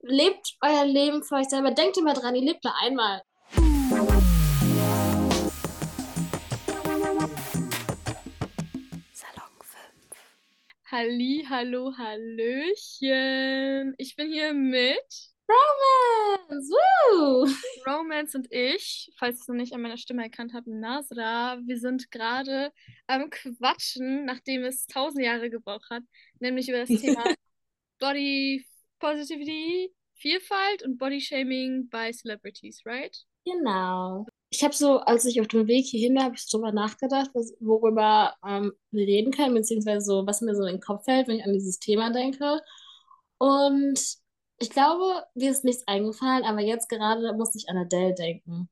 lebt euer Leben für euch selber. Denkt immer dran, ihr lebt nur einmal. Salon 5. Halli, hallo, hallöchen. Ich bin hier mit Romance! Woo! Romance und ich, falls ihr es noch nicht an meiner Stimme erkannt habt, Nasra. Wir sind gerade am Quatschen, nachdem es 1000 Jahre gebraucht hat, nämlich über das Thema Body Positivity, Vielfalt und Body Shaming bei Celebrities, right? Genau. Ich habe so, als ich auf dem Weg hierhin war, habe ich drüber nachgedacht, worüber wir reden können, beziehungsweise so, was mir so in den Kopf fällt, wenn ich an dieses Thema denke. Und ich glaube, mir ist nichts eingefallen, aber jetzt gerade musste ich an Adele denken.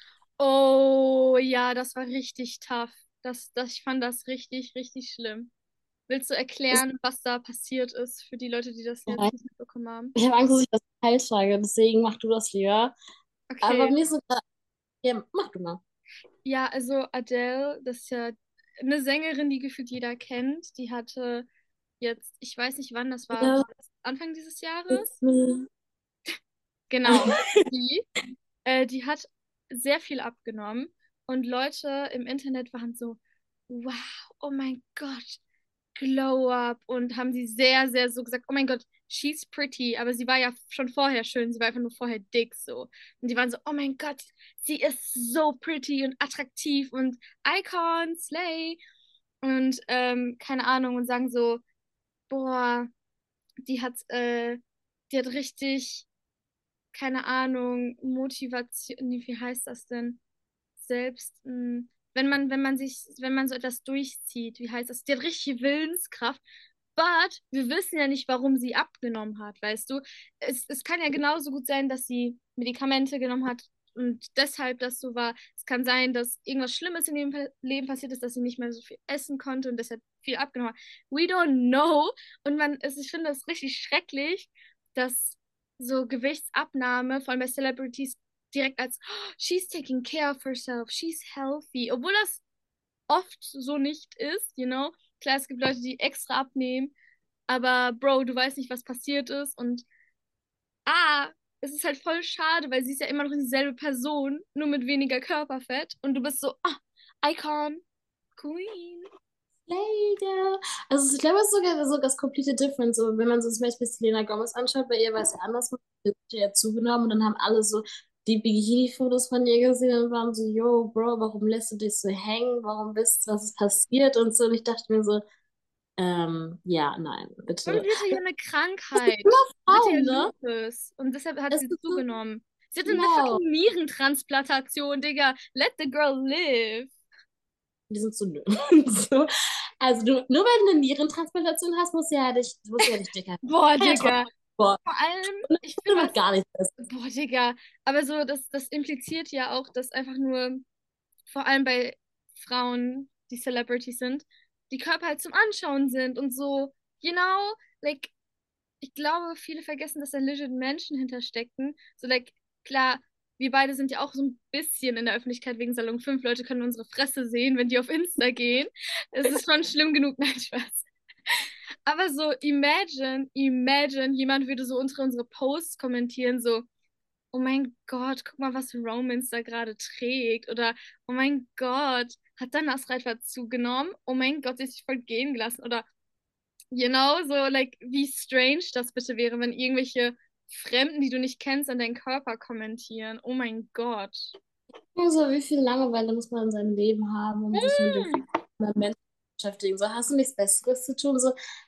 Oh ja, das war richtig tough. Ich fand das richtig, richtig schlimm. Willst du Ist, erklären, was da passiert ist für die Leute, die das ja, jetzt nicht mitbekommen haben? ich habe Angst, dass ich das falsch sage, deswegen mach du das lieber. Aber Okay. mir ist so, ja, mach du mal. Ja, also Adele, das ist ja eine Sängerin, die gefühlt jeder kennt. Die hatte jetzt, ich weiß nicht wann, das war Ja, Anfang dieses it's Jahres. me. Genau. Die, die hat sehr viel abgenommen und Leute im Internet waren so, wow, oh mein Gott, Glow Up und haben sie sehr, sehr so gesagt, oh mein Gott, she's pretty, aber sie war ja schon vorher schön, sie war einfach nur vorher dick so. Und die waren so, oh mein Gott, sie ist so pretty und attraktiv und Icon, Slay und keine Ahnung und sagen so, boah, die hat, äh, die hat richtig keine Ahnung, Motivation, nee, wie heißt das denn? Selbst, wenn man so etwas durchzieht, wie heißt das? Die hat richtig Willenskraft, but wir wissen ja nicht, warum sie abgenommen hat, weißt du? Es kann ja genauso gut sein, dass sie Medikamente genommen hat und deshalb das so war. Es kann sein, dass irgendwas Schlimmes in ihrem Leben passiert ist, dass sie nicht mehr so viel essen konnte und deshalb viel abgenommen hat. We don't know. Und ich finde das richtig schrecklich, dass so Gewichtsabnahme, vor allem bei Celebrities, direkt als oh, she's taking care of herself, she's healthy, obwohl das oft so nicht ist, you know. Klar, es gibt Leute, die extra abnehmen, aber Bro, du weißt nicht, was passiert ist und ah, es ist halt voll schade, weil sie ist ja immer noch dieselbe Person, nur mit weniger Körperfett und du bist so, ah, Icon, Queen. Later. Also ich glaube, es ist sogar das komplette Difference. So, wenn man so zum Beispiel Selena Gomez anschaut, bei ihr war es ja andersrum. Die hat ja zugenommen und dann haben alle so die Bikini-Fotos von ihr gesehen und waren so, yo, Bro, warum lässt du dich so hängen? Warum wisst du, was ist passiert und so. Und ich dachte mir so, ja, nein, Und bitte. sie hatte ja eine Das sind Krankheit. immer Sie hatte ja Frauen, ne? Lupus und deshalb hat Es sie ist so, zugenommen. Sie hatte eine genau. fucking Nierentransplantation, Digga. Let the girl live. Die sind so, nö. So. Also nur weil du eine Nierentransplantation hast, musst du ja nicht dicker. Boah, Kann ja Digga. trotzdem vor. Vor allem, Und ich das finde macht gar nichts. boah, Digga. Aber so, das impliziert ja auch, dass einfach nur, vor allem bei Frauen, die Celebrities sind, die Körper halt zum Anschauen sind und so, you know, like, ich glaube, viele vergessen, dass da legit Menschen hinterstecken. So, like, klar, wir beide sind ja auch so ein bisschen in der Öffentlichkeit wegen Salon 5. Leute können unsere Fresse sehen, wenn die auf Insta gehen. Es ist schon schlimm genug, nein, Spaß. Aber so, imagine, jemand würde so unter unsere Posts kommentieren, so, oh mein Gott, guck mal, was Romance da gerade trägt. Oder, oh mein Gott, hat dann Nasrat zugenommen? Oh mein Gott, sie hat sich voll gehen gelassen. Oder, so, like, wie strange das bitte wäre, wenn irgendwelche Fremden, die du nicht kennst, an deinen Körper kommentieren. Oh mein Gott. Also, wie viel Langeweile muss man in seinem Leben haben, um sich mit dem Hm. Fundament zu beschäftigen? So, hast du nichts Besseres zu tun?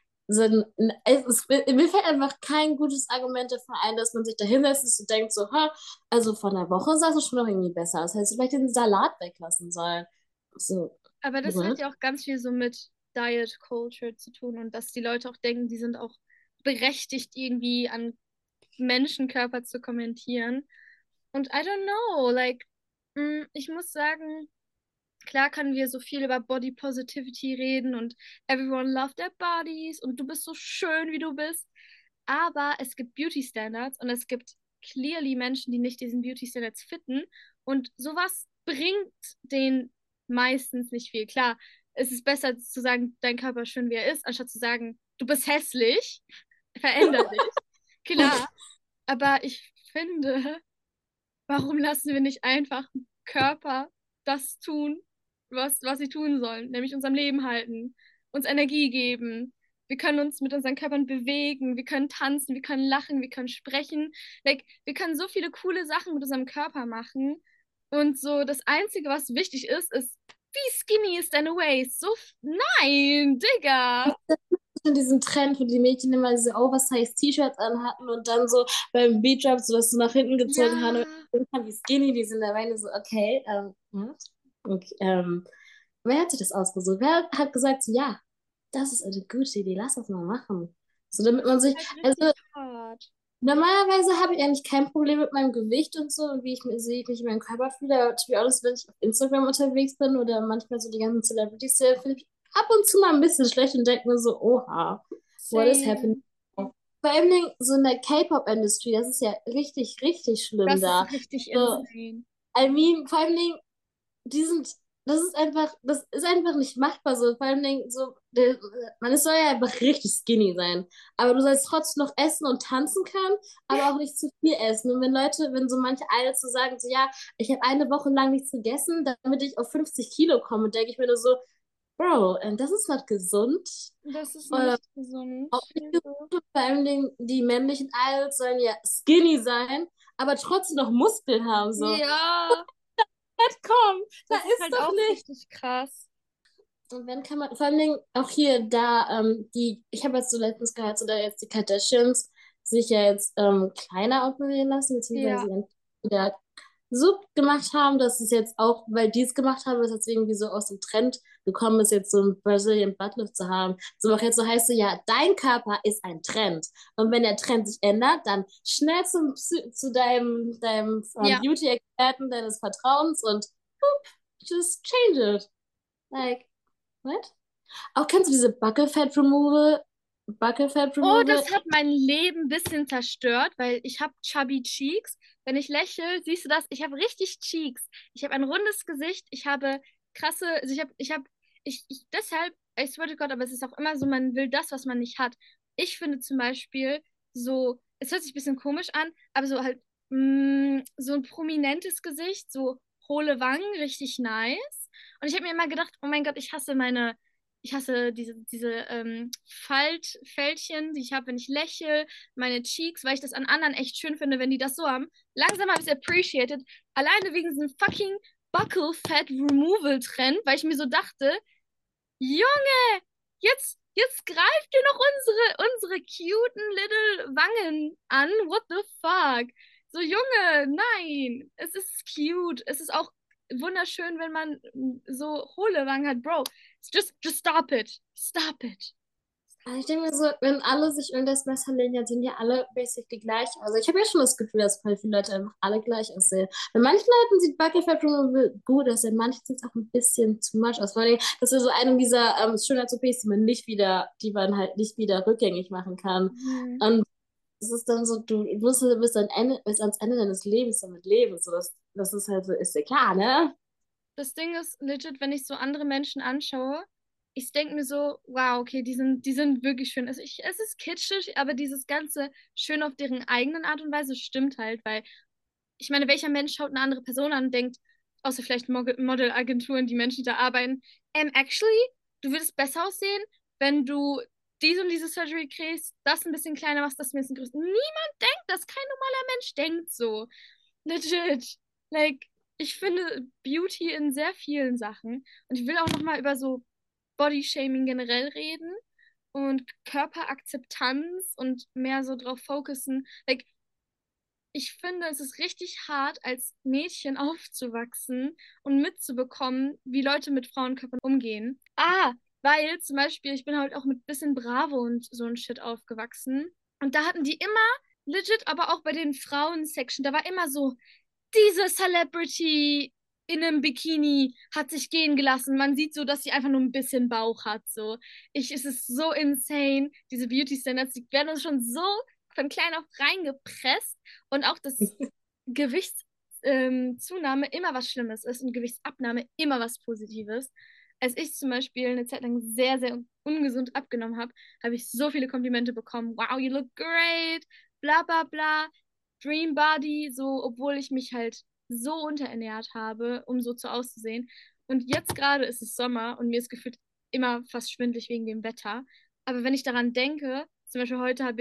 Mir fällt einfach kein gutes Argument dafür ein, dass man sich da hinsetzt und denkt so, ha, also vor einer Woche sah es schon noch irgendwie besser aus. Hättest du vielleicht den Salat weglassen sollen. So, Aber das hat what? ja auch ganz viel so mit Diet Culture zu tun und dass die Leute auch denken, die sind auch berechtigt, irgendwie an Menschenkörper zu kommentieren. Und I don't know, like, ich muss sagen, klar können wir so viel über Body Positivity reden und everyone love their bodies und du bist so schön, wie du bist. Aber es gibt Beauty Standards und es gibt clearly Menschen, die nicht diesen Beauty Standards fitten. Und sowas bringt den meistens nicht viel. Klar, es ist besser zu sagen, dein Körper ist schön, wie er ist, anstatt zu sagen, du bist hässlich, veränder dich. Klar. Aber ich finde, warum lassen wir nicht einfach Körper das tun, was sie tun sollen, nämlich uns am Leben halten, uns Energie geben. Wir können uns mit unseren Körpern bewegen, wir können tanzen, wir können lachen, wir können sprechen. Like, wir können so viele coole Sachen mit unserem Körper machen. Und so das Einzige, was wichtig ist, ist, wie skinny ist deine Waist? So, nein, Digga. In diesem Trend, wo die Mädchen immer diese Oversize-T-Shirts anhatten und dann so beim Beatjump so das so nach hinten Ja, gezogen haben. Und dann die Skinny, die sind dabei so, okay, what? Okay, wer hat sich das ausgesucht? Wer hat gesagt, so, ja, das ist eine gute Idee, lass das mal machen. So, damit das man ist sich, halt richtig also hart. normalerweise habe ich eigentlich kein Problem mit meinem Gewicht und so und wie ich mich in meinem Körper fühle. Aber to be honest, wenn ich auf Instagram unterwegs bin oder manchmal so die ganzen Celebrities sehe, finde ich ab und zu mal ein bisschen schlecht und denke mir so, oha, what is happening? Same. Vor allem so in der K-Pop-Industrie, das ist ja richtig, richtig schlimm Das ist da. richtig So, insane. I mean, vor allem die sind, das ist einfach nicht machbar so. Vor allem so, man soll ja einfach richtig skinny sein. Aber du sollst trotzdem noch essen und tanzen können, aber auch nicht zu viel essen. Und wenn so manche Idols so sagen, so ja, ich habe eine Woche lang nichts gegessen, damit ich auf 50 Kilo komme, denke ich mir nur so, Bro, das ist nicht gesund. Das ist Äh, nicht gesund. Auch nicht gesund. Vor allem die männlichen Idols sollen ja skinny sein, aber trotzdem noch Muskeln haben. So, Ja, komm, da das ist ist halt doch auch nicht. richtig krass. Und wenn kann man, vor allen Dingen auch hier da, ich habe jetzt so letztens gehört, so da jetzt die Kardashians sich ja jetzt kleiner operieren lassen, beziehungsweise Ja, ihren wieder so gemacht haben, dass es jetzt auch, weil die es gemacht haben, ist jetzt irgendwie so aus dem Trend gekommen ist, jetzt so ein Brazilian Buttlift zu haben. So auch jetzt so heißt so, ja, dein Körper ist ein Trend. Und wenn der Trend sich ändert, dann schnell zu deinem ja. Beauty-Experten deines Vertrauens und just change it. Like, what? Auch kennst du diese Buccal Fat Removal? Buccal Fat Oh, Removal? das hat mein Leben ein bisschen zerstört, weil ich habe chubby Cheeks. Wenn ich lächle, siehst du das? Ich habe richtig Cheeks. Ich habe ein rundes Gesicht. Ich habe krasse, also deshalb, I swear to God, aber es ist auch immer so, man will das, was man nicht hat. Ich finde zum Beispiel so, es hört sich ein bisschen komisch an, aber so halt, so ein prominentes Gesicht, so hohle Wangen, richtig nice. Und ich habe mir immer gedacht, oh mein Gott, ich hasse diese Fältchen, die ich habe, wenn ich lächle, meine Cheeks, weil ich das an anderen echt schön finde, wenn die das so haben. Langsam habe ich es appreciated, alleine wegen diesem fucking Buccal Fat Removal Trend, weil ich mir so dachte, Junge, jetzt greift ihr noch unsere cuten little Wangen an. What the fuck? So, Junge, nein, es ist cute. Es ist auch wunderschön, wenn man so hohle Wangen hat. Bro, just stop it. Stop it. Also ich denke mir so, wenn alle sich irgendwas besser legen, dann sehen ja alle basically gleich aus. Also ich habe ja schon das Gefühl, dass voll viele Leute einfach alle gleich aussehen. Bei manchen Leuten sieht Buccal Fat Removal gut aus, bei manchen sieht es auch ein bisschen too much aus. Vor allem, das ist so eine dieser Schönheits-OPs, die man halt nicht wieder rückgängig machen kann. Mhm. Und es ist dann so, du musst bis ans Ende deines Lebens damit leben. So, das ist halt so, ist ja klar, ne? Das Ding ist legit, wenn ich so andere Menschen anschaue, ich denke mir so, wow, okay, die sind wirklich schön. Es ist kitschig, aber dieses ganze schön auf deren eigenen Art und Weise stimmt halt, weil ich meine, welcher Mensch schaut eine andere Person an und denkt, außer vielleicht Modelagenturen, die Menschen, die da arbeiten, actually, du würdest besser aussehen, wenn du diese und diese Surgery kriegst, das ein bisschen kleiner machst, das ein bisschen größer. Niemand denkt das, kein normaler Mensch denkt so. Legit. Like, ich finde Beauty in sehr vielen Sachen. Und ich will auch nochmal über so Bodyshaming generell reden und Körperakzeptanz und mehr so drauf fokussen. Like, ich finde, es ist richtig hart, als Mädchen aufzuwachsen und mitzubekommen, wie Leute mit Frauenkörpern umgehen. Weil zum Beispiel, ich bin halt auch mit bisschen Bravo und so ein Shit aufgewachsen. Und da hatten die immer, legit, aber auch bei den Frauen-Section, da war immer so, diese Celebrity in einem Bikini hat sich gehen gelassen. Man sieht so, dass sie einfach nur ein bisschen Bauch hat. So. Es ist so insane. Diese Beauty Standards, die werden uns schon so von klein auf reingepresst. Und auch, dass Gewichtszunahme immer was Schlimmes ist und Gewichtsabnahme immer was Positives. Als ich zum Beispiel eine Zeit lang sehr, sehr ungesund abgenommen habe, habe ich so viele Komplimente bekommen. Wow, you look great, bla bla bla. Dream Body, so, obwohl ich mich halt so unterernährt habe, um so zu auszusehen. Und jetzt gerade ist es Sommer und mir ist gefühlt immer fast schwindelig wegen dem Wetter. Aber wenn ich daran denke, zum Beispiel heute habe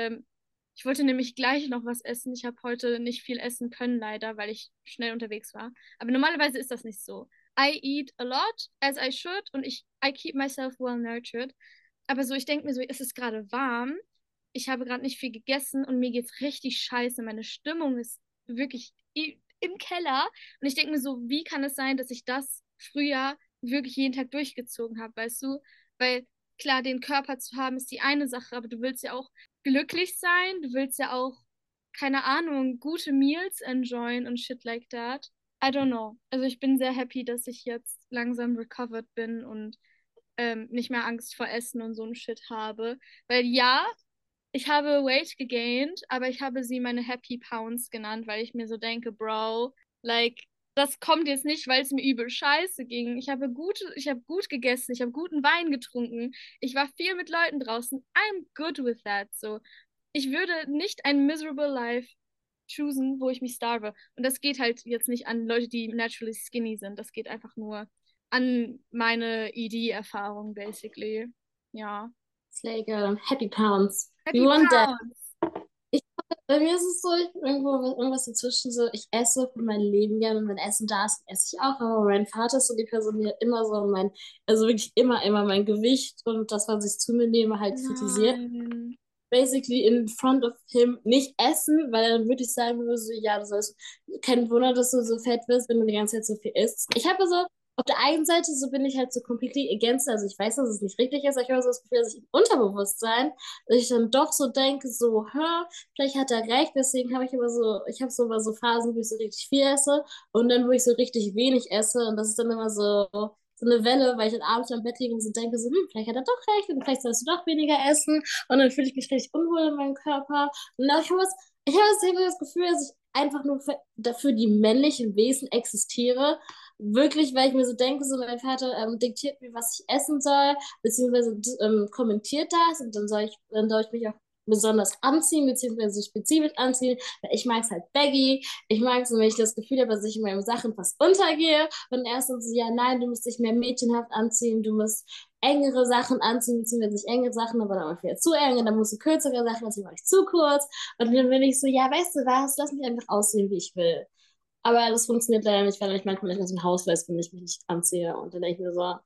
ich wollte nämlich gleich noch was essen. Ich habe heute nicht viel essen können, leider, weil ich schnell unterwegs war. Aber normalerweise ist das nicht so. I eat a lot, as I should, und I keep myself well nurtured. Aber so, ich denke mir so, es ist gerade warm, ich habe gerade nicht viel gegessen und mir geht's richtig scheiße. Meine Stimmung ist wirklich im Keller. Und ich denke mir so, wie kann es sein, dass ich das früher wirklich jeden Tag durchgezogen habe, weißt du? Weil klar, den Körper zu haben ist die eine Sache, aber du willst ja auch glücklich sein, du willst ja auch, keine Ahnung, gute Meals enjoyen und shit like that. I don't know. Also ich bin sehr happy, dass ich jetzt langsam recovered bin und nicht mehr Angst vor Essen und so ein Shit habe. Weil ja, ich habe Weight gegained, aber ich habe sie meine Happy Pounds genannt, weil ich mir so denke, Bro, like, das kommt jetzt nicht, weil es mir übel scheiße ging. Ich habe gut gegessen, ich habe guten Wein getrunken, ich war viel mit Leuten draußen. I'm good with that. So, ich würde nicht ein miserable life choosen, wo ich mich starve. Und das geht halt jetzt nicht an Leute, die naturally skinny sind. Das geht einfach nur an meine ED-Erfahrung, basically. Ja. Slay Girl, Happy Pounds. We Happy want that. Pounds. Ich, bei mir ist es so, ich bin irgendwas dazwischen so, ich esse für mein Leben gerne und wenn Essen da ist, esse ich auch. Aber mein Vater ist so die Person, die hat immer so also wirklich immer mein Gewicht und das, was ich zu mir nehme, halt kritisiert. Nein. Basically in front of him nicht essen, weil dann würde ich sagen, würde so, ja, du sollst, kein Wunder, dass du so fett wirst, wenn du die ganze Zeit so viel isst. Ich habe so, auf der einen Seite, so bin ich halt so completely against, also ich weiß, dass es nicht richtig ist, aber ich habe so das Gefühl, dass ich im Unterbewusstsein, dass ich dann doch so denke, so, vielleicht hat er recht, deswegen habe ich aber so, ich habe so immer so Phasen, wo ich so richtig viel esse und dann, wo ich so richtig wenig esse und das ist dann immer so eine Welle, weil ich dann abends am Bett liege und so denke, so, vielleicht hat er doch recht und vielleicht sollst du doch weniger essen und dann fühle ich mich richtig unwohl in meinem Körper. Und dann ich habe das Gefühl, dass ich einfach nur dafür die männlichen Wesen existiere. Wirklich, weil ich mir so denke, so mein Vater diktiert mir, was ich essen soll, beziehungsweise kommentiert das und dann soll ich mich auch besonders anziehen, beziehungsweise spezifisch anziehen, weil ich mag es halt baggy, ich mag es, wenn ich das Gefühl habe, dass ich in meinen Sachen fast untergehe und erst so, ja, nein, du musst dich mehr mädchenhaft anziehen, du musst engere Sachen anziehen, beziehungsweise nicht engere Sachen, aber dann auch wieder zu eng und dann musst du kürzere Sachen, das mache ich zu kurz und dann bin ich so, ja, weißt du was, lass mich einfach aussehen, wie ich will. Aber das funktioniert leider nicht, weil ich manchmal nicht aus dem Haus weiß, wenn ich mich nicht anziehe und dann denke ich mir so,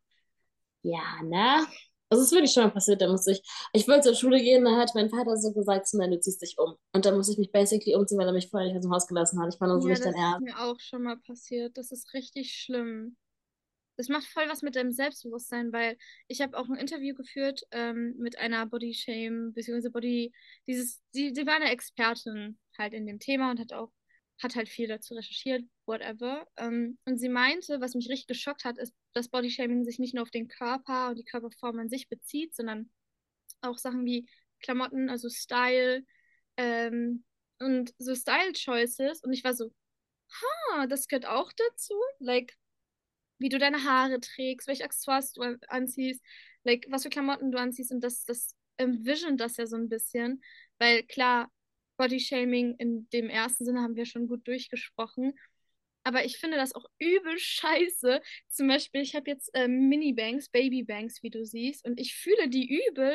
ja, ne? Also es ist wirklich schon mal passiert, ich wollte zur Schule gehen, da hat mein Vater so gesagt, so, nein, du ziehst dich um. Und dann muss ich mich basically umziehen, weil er mich vorher nicht aus dem Haus gelassen hat. Ich war nur so Ja, nicht dein das ist Ernst. mir auch schon mal passiert. Das ist richtig schlimm. Das macht voll was mit deinem Selbstbewusstsein, weil ich habe auch ein Interview geführt mit einer Body Shame, beziehungsweise sie war eine Expertin halt in dem Thema und hat halt viel dazu recherchiert, whatever. Und sie meinte, was mich richtig geschockt hat, ist, dass Body Shaming sich nicht nur auf den Körper und die Körperform an sich bezieht, sondern auch Sachen wie Klamotten, also Style, ähm, und so Style Choices. Und ich war so, das gehört auch dazu. Like, wie du deine Haare trägst, welche Accessoires du anziehst, like, was für Klamotten du anziehst und das envisioned das ja so ein bisschen, weil klar, Bodyshaming in dem ersten Sinne haben wir schon gut durchgesprochen, aber ich finde das auch übel scheiße. Zum Beispiel, ich habe jetzt Mini-Bangs, Baby-Bangs, wie du siehst, und ich fühle die übel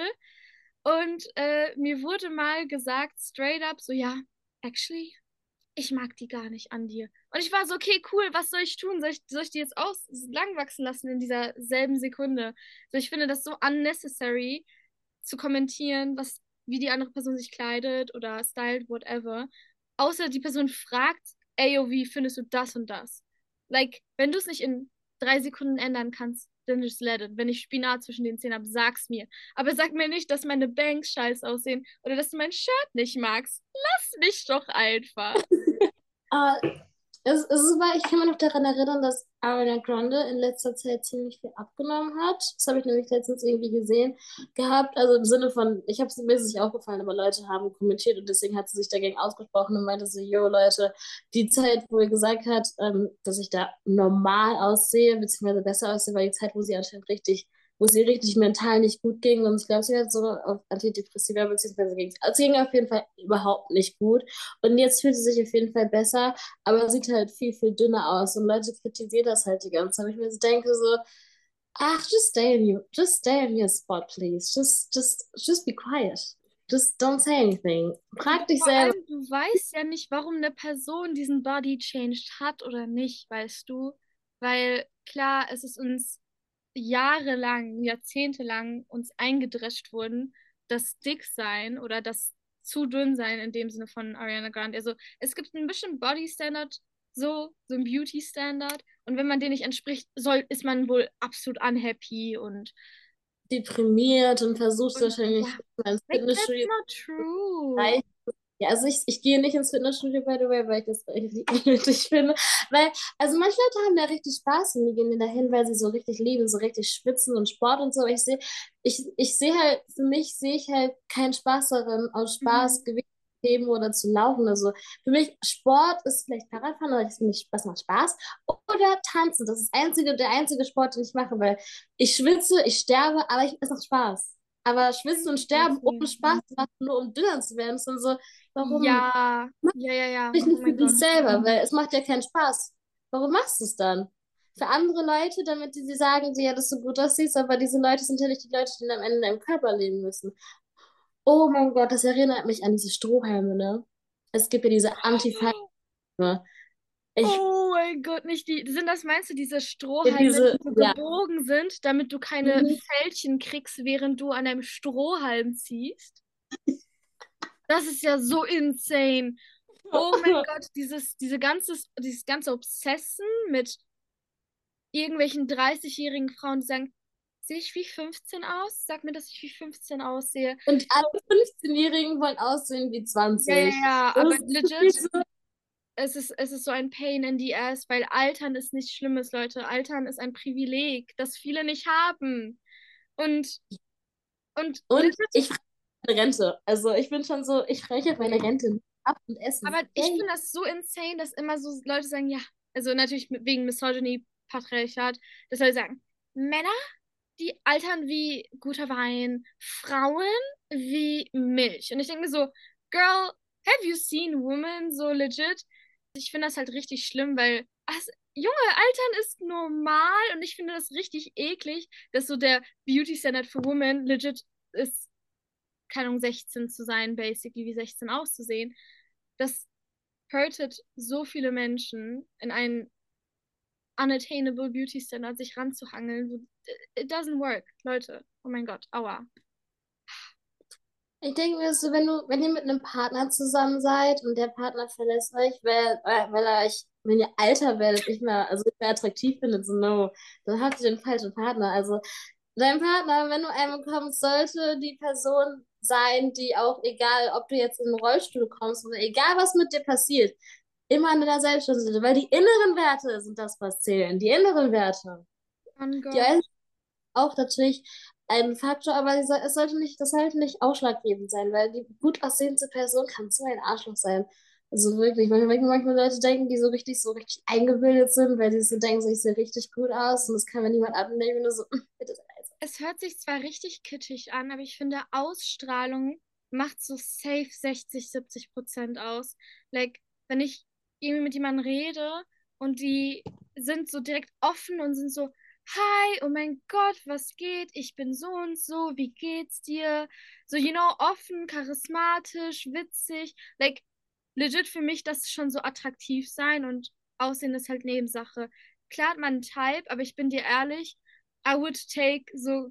und mir wurde mal gesagt, straight up, so ja, actually, ich mag die gar nicht an dir. Und ich war so, okay, cool, was soll ich tun? Soll ich die jetzt lang wachsen lassen in dieser selben Sekunde? So, ich finde das so unnecessary zu kommentieren, wie die andere Person sich kleidet oder stylt, whatever. Außer die Person fragt, ey, yo, wie findest du das und das? Like, wenn du es nicht in 3 Sekunden ändern kannst, dann just let it. Wenn ich Spinat zwischen den Zähnen habe, sag's mir. Aber sag mir nicht, dass meine Bangs scheiße aussehen oder dass du mein Shirt nicht magst. Lass mich doch einfach. Aber ich kann mich noch daran erinnern, dass Ariana Grande in letzter Zeit ziemlich viel abgenommen hat. Das habe ich nämlich letztens irgendwie gesehen gehabt. Also im Sinne von, mir ist es nicht aufgefallen, aber Leute haben kommentiert und deswegen hat sie sich dagegen ausgesprochen und meinte so, yo Leute, die Zeit, wo ihr gesagt hat, dass ich da normal aussehe, beziehungsweise besser aussehe, war die Zeit, wo sie anscheinend richtig wo es ihr richtig mental nicht gut ging. Und ich glaube, sie hat so auf Antidepressiva beziehungsweise ging es ging auf jeden Fall überhaupt nicht gut. Und jetzt fühlt sie sich auf jeden Fall besser, aber sieht halt viel, viel dünner aus. Und Leute kritisieren das halt die ganze Zeit. Ich mir so denke so, ach, just stay in your spot, please. Just be quiet. Just don't say anything. Aber Frag dich vor selber. allem, du weißt ja nicht, warum eine Person diesen Body changed hat oder nicht, weißt du? Weil klar, es ist uns jahrelang, jahrzehntelang uns eingedrescht worden, das Dicksein oder das zu dünn sein in dem Sinne von Ariana Grande. Also es gibt einen bestimmten Body Standard, so ein Beauty Standard. Und wenn man den nicht entspricht, ist man wohl absolut unhappy Deprimiert und versuchst und wahrscheinlich ja. mal ins Like, that's Fitnessstudio not zu true. erreichen. Ja, also ich gehe nicht ins Fitnessstudio, by the way, weil ich das richtig unnötig finde. Weil, also manche Leute haben da richtig Spaß und die gehen da hin, weil sie so richtig lieben, so richtig schwitzen und Sport und so. Aber ich sehe halt, für mich sehe ich halt keinen Spaß darin, aus Spaß Mhm. Gewicht zu heben oder zu laufen. Also für mich Sport ist vielleicht Fahrradfahren, aber ich finde nicht, das macht Spaß. Oder tanzen. Das ist der einzige Sport, den ich mache, weil ich schwitze, ich sterbe, aber es macht Spaß. Aber schwitzen und sterben ohne Nachvollziehen. Spaß zu machen, nur um dünner zu werden, ist dann so, warum Ja, ja, ja, ja. dich Oh nicht für mein dich Gott. selber? Weil es macht ja keinen Spaß. Warum machst du es dann? Für andere Leute, damit die sie sagen, ja, dass du gut aussiehst, aber diese Leute sind ja nicht die Leute, die am Ende in deinem Körper leben müssen. Oh mein Gott, das erinnert mich an diese Strohhalme, ne? Es gibt ja diese Antifalten. Ich, Oh mein Gott, nicht die. Sind das, meinst du, diese Strohhalme, die diese, so ja. gebogen sind, damit du keine Mhm. Fältchen kriegst, während du an einem Strohhalm ziehst? Das ist ja so insane. Oh mein Gott, dieses ganze Obsessen mit irgendwelchen 30-jährigen Frauen, die sagen, sehe ich wie 15 aus? Sag mir, dass ich wie 15 aussehe. Und So, alle 15-Jährigen wollen aussehen wie ja, ja, 20. ja, Das aber ist legit, so, es ist so ein Pain in the ass, weil Altern ist nichts Schlimmes, Leute. Altern ist ein Privileg, das viele nicht haben. Und, und und legit, ich freue meine Rente. Also ich bin schon so, ich spreche auf meine Rente ab und essen. aber ich Yay. finde das so insane, dass immer so Leute sagen, ja, also natürlich wegen Misogyny, Patriarchat, dass Leute sagen, Männer, die altern wie guter Wein, Frauen wie Milch. Und ich denke mir so, Girl, have you seen women so legit? Ich finde das halt richtig schlimm, weil Junge, Altern ist normal und ich finde das richtig eklig, dass so der Beauty Standard für Women legit ist, keine Ahnung, 16 zu sein, basically wie 16 auszusehen. Das hurtet so viele Menschen in einen unattainable Beauty Standard sich ranzuhangeln. So, it doesn't work, Leute. Oh mein Gott, aua. Ich denke mir so, wenn ihr mit einem Partner zusammen seid und der Partner verlässt euch, weil er euch, wenn ihr älter werdet, nicht mehr attraktiv findet, so no, dann habt ihr den falschen Partner. Also dein Partner, wenn du einen bekommst, sollte die Person sein, die auch, egal ob du jetzt in den Rollstuhl kommst oder egal was mit dir passiert, immer an deiner Seite sind, weil die inneren Werte sind das, was zählen. Die inneren Werte. Oh Die Gott. auch natürlich ein Faktor, aber das sollte nicht ausschlaggebend sein, weil die gut aussehende Person kann so ein Arschloch sein. Also wirklich, manchmal Leute denken, die so richtig eingebildet sind, weil sie so denken, so, ich sehe richtig gut aus und das kann mir niemand abnehmen. Nur so, bitte sei leise. Es hört sich zwar richtig kitschig an, aber ich finde, Ausstrahlung macht so safe 60, 70% aus. Like, wenn ich irgendwie mit jemandem rede und die sind so direkt offen und sind so, hi, oh mein Gott, was geht? Ich bin so und so, wie geht's dir? So, offen, charismatisch, witzig. Like, legit für mich, das ist schon so attraktiv sein und Aussehen ist halt Nebensache. Klar hat man einen Type, aber ich bin dir ehrlich, I would take so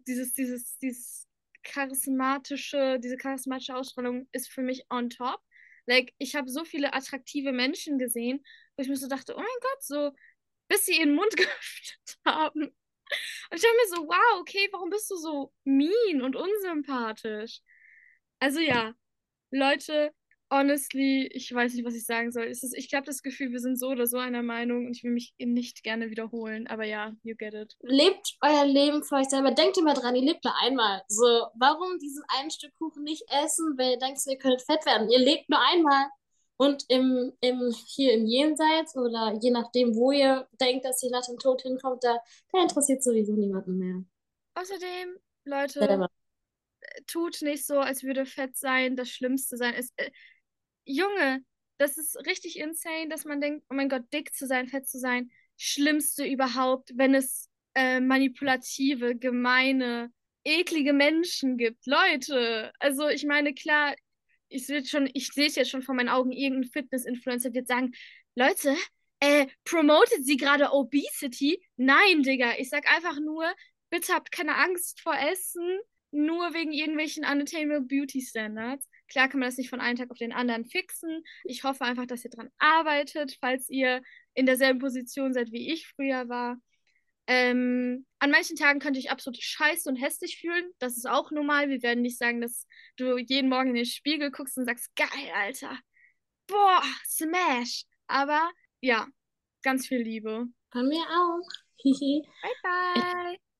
diese charismatische Ausstrahlung ist für mich on top. Like, ich habe so viele attraktive Menschen gesehen, wo ich mir so dachte, oh mein Gott, so, bis sie ihren Mund geöffnet haben. Und ich dachte mir so, wow, okay, warum bist du so mean und unsympathisch? Also ja, Leute, honestly, ich weiß nicht, was ich sagen soll. Ich habe das Gefühl, wir sind so oder so einer Meinung und ich will mich nicht gerne wiederholen. Aber ja, you get it. Lebt euer Leben für euch selber. Denkt immer dran, ihr lebt nur einmal. So, warum diesen einen Stück Kuchen nicht essen, wenn ihr denkt, ihr könnt fett werden? Ihr lebt nur einmal. Und hier im Jenseits oder je nachdem, wo ihr denkt, dass ihr nach dem Tod hinkommt, da interessiert sowieso niemanden mehr. Außerdem, Leute, Selber. tut nicht so, als würde Fett sein das Schlimmste sein. Junge, das ist richtig insane, dass man denkt, oh mein Gott, dick zu sein, fett zu sein, Schlimmste überhaupt, wenn es manipulative, gemeine, eklige Menschen gibt. Leute, also ich meine, klar, ich sehe es jetzt schon vor meinen Augen, irgendein Fitness-Influencer wird sagen, Leute, promotet sie gerade Obesity? Nein, Digga, ich sag einfach nur, bitte habt keine Angst vor Essen, nur wegen irgendwelchen unattainable Beauty Standards. Klar kann man das nicht von einem Tag auf den anderen fixen. Ich hoffe einfach, dass ihr dran arbeitet, falls ihr in derselben Position seid, wie ich früher war. An manchen Tagen könnte ich absolut scheiße und hässlich fühlen. Das ist auch normal. Wir werden nicht sagen, dass du jeden Morgen in den Spiegel guckst und sagst, geil, Alter. Boah, Smash. Aber ja, ganz viel Liebe. Von mir auch. Hihi. Bye, bye.